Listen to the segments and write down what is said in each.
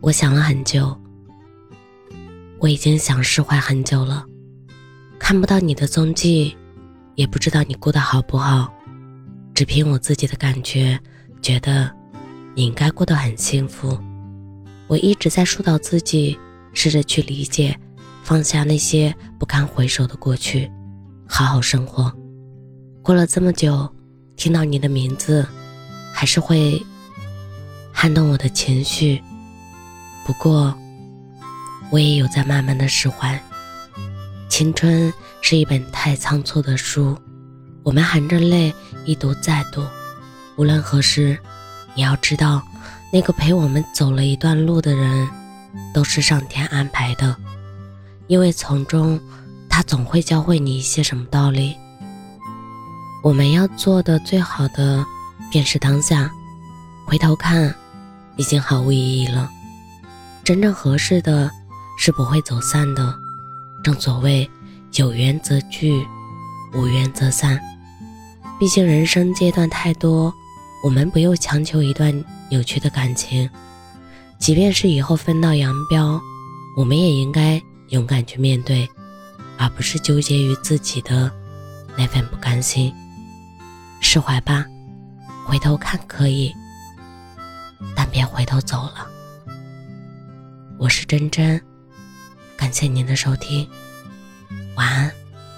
我想了很久，我已经想释怀很久了，看不到你的踪迹，也不知道你过得好不好，只凭我自己的感觉，觉得你应该过得很幸福。我一直在疏导自己，试着去理解，放下那些不堪回首的过去，好好生活。过了这么久，听到你的名字，还是会撼动我的情绪。不过，我也有在慢慢的释怀。青春是一本太仓促的书，我们含着泪一读再读。无论何时，你要知道，那个陪我们走了一段路的人，都是上天安排的，因为从中他总会教会你一些什么道理。我们要做的最好的便是当下，回头看已经毫无意义了。真正合适的是不会走散的，正所谓有缘则聚，无缘则散。毕竟人生阶段太多，我们不用强求一段有趣的感情，即便是以后分道扬镳，我们也应该勇敢去面对，而不是纠结于自己的那份不甘心。释怀吧，回头看可以，但别回头走了。我是真真，感谢您的收听，晚安。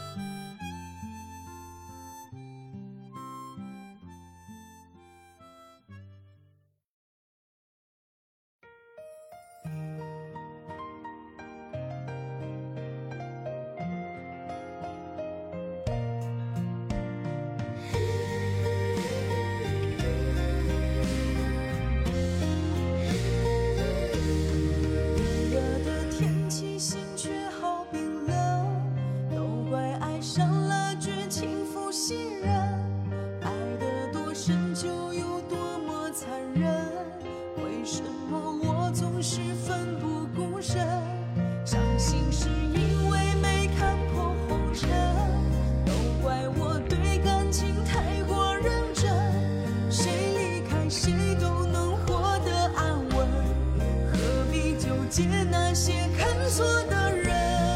总是奋不顾身，伤心是因为没看破红尘，都怪我对感情太过认真，谁离开谁都能活得安稳，何必纠结那些看错的人。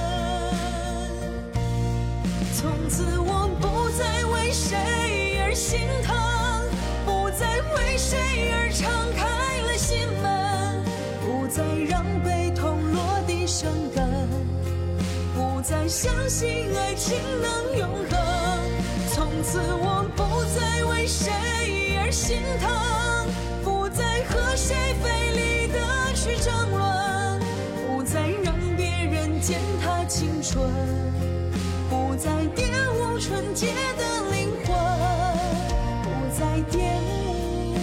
从此我不再为谁而心疼，不再为谁而敞开了心门，不再让悲痛落地生根，不再相信爱情能永恒。从此我不再为谁而心疼，不再和谁费力的去争论，不再让别人践踏青春，不再玷污纯洁的灵魂，不再玷污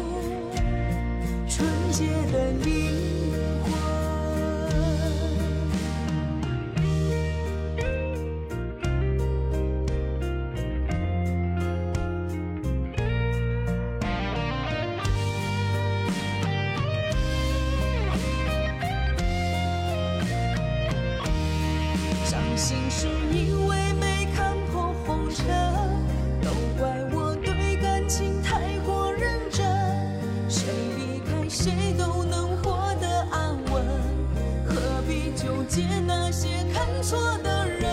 纯洁的灵魂。伤心是因为没看破红尘，都怪我对感情太过认真，谁离开谁都能活得安稳，何必纠结那些看错的人。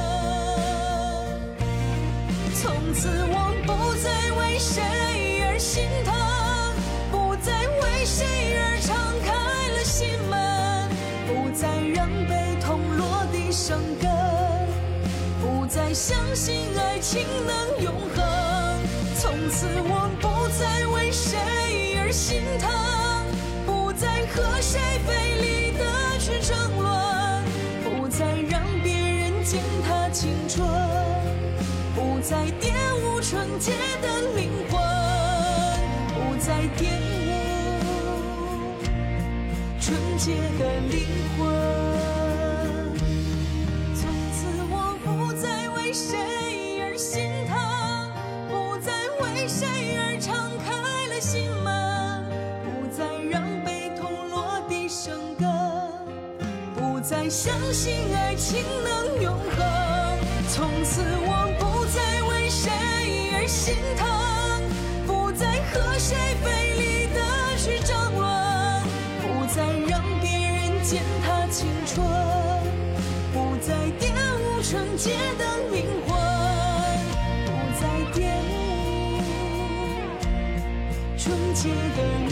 从此我不再为谁而心疼，不再为谁而敞开了心门，不再让悲痛落地生根，不再相信爱情能永恒。从此我不再为谁而心疼，不再和谁费力的去争论，不再让别人践踏青春，不再玷污纯洁的灵魂，不再玷污纯洁的灵魂。从此我不再为谁而心疼，不再为谁而敞开了心门，不再让悲痛落地生根，不再相信爱情能永恒。从此我不再为谁而心疼，不再和谁费力的去争论，不再让纯洁的灵魂，不再玷污纯洁的人。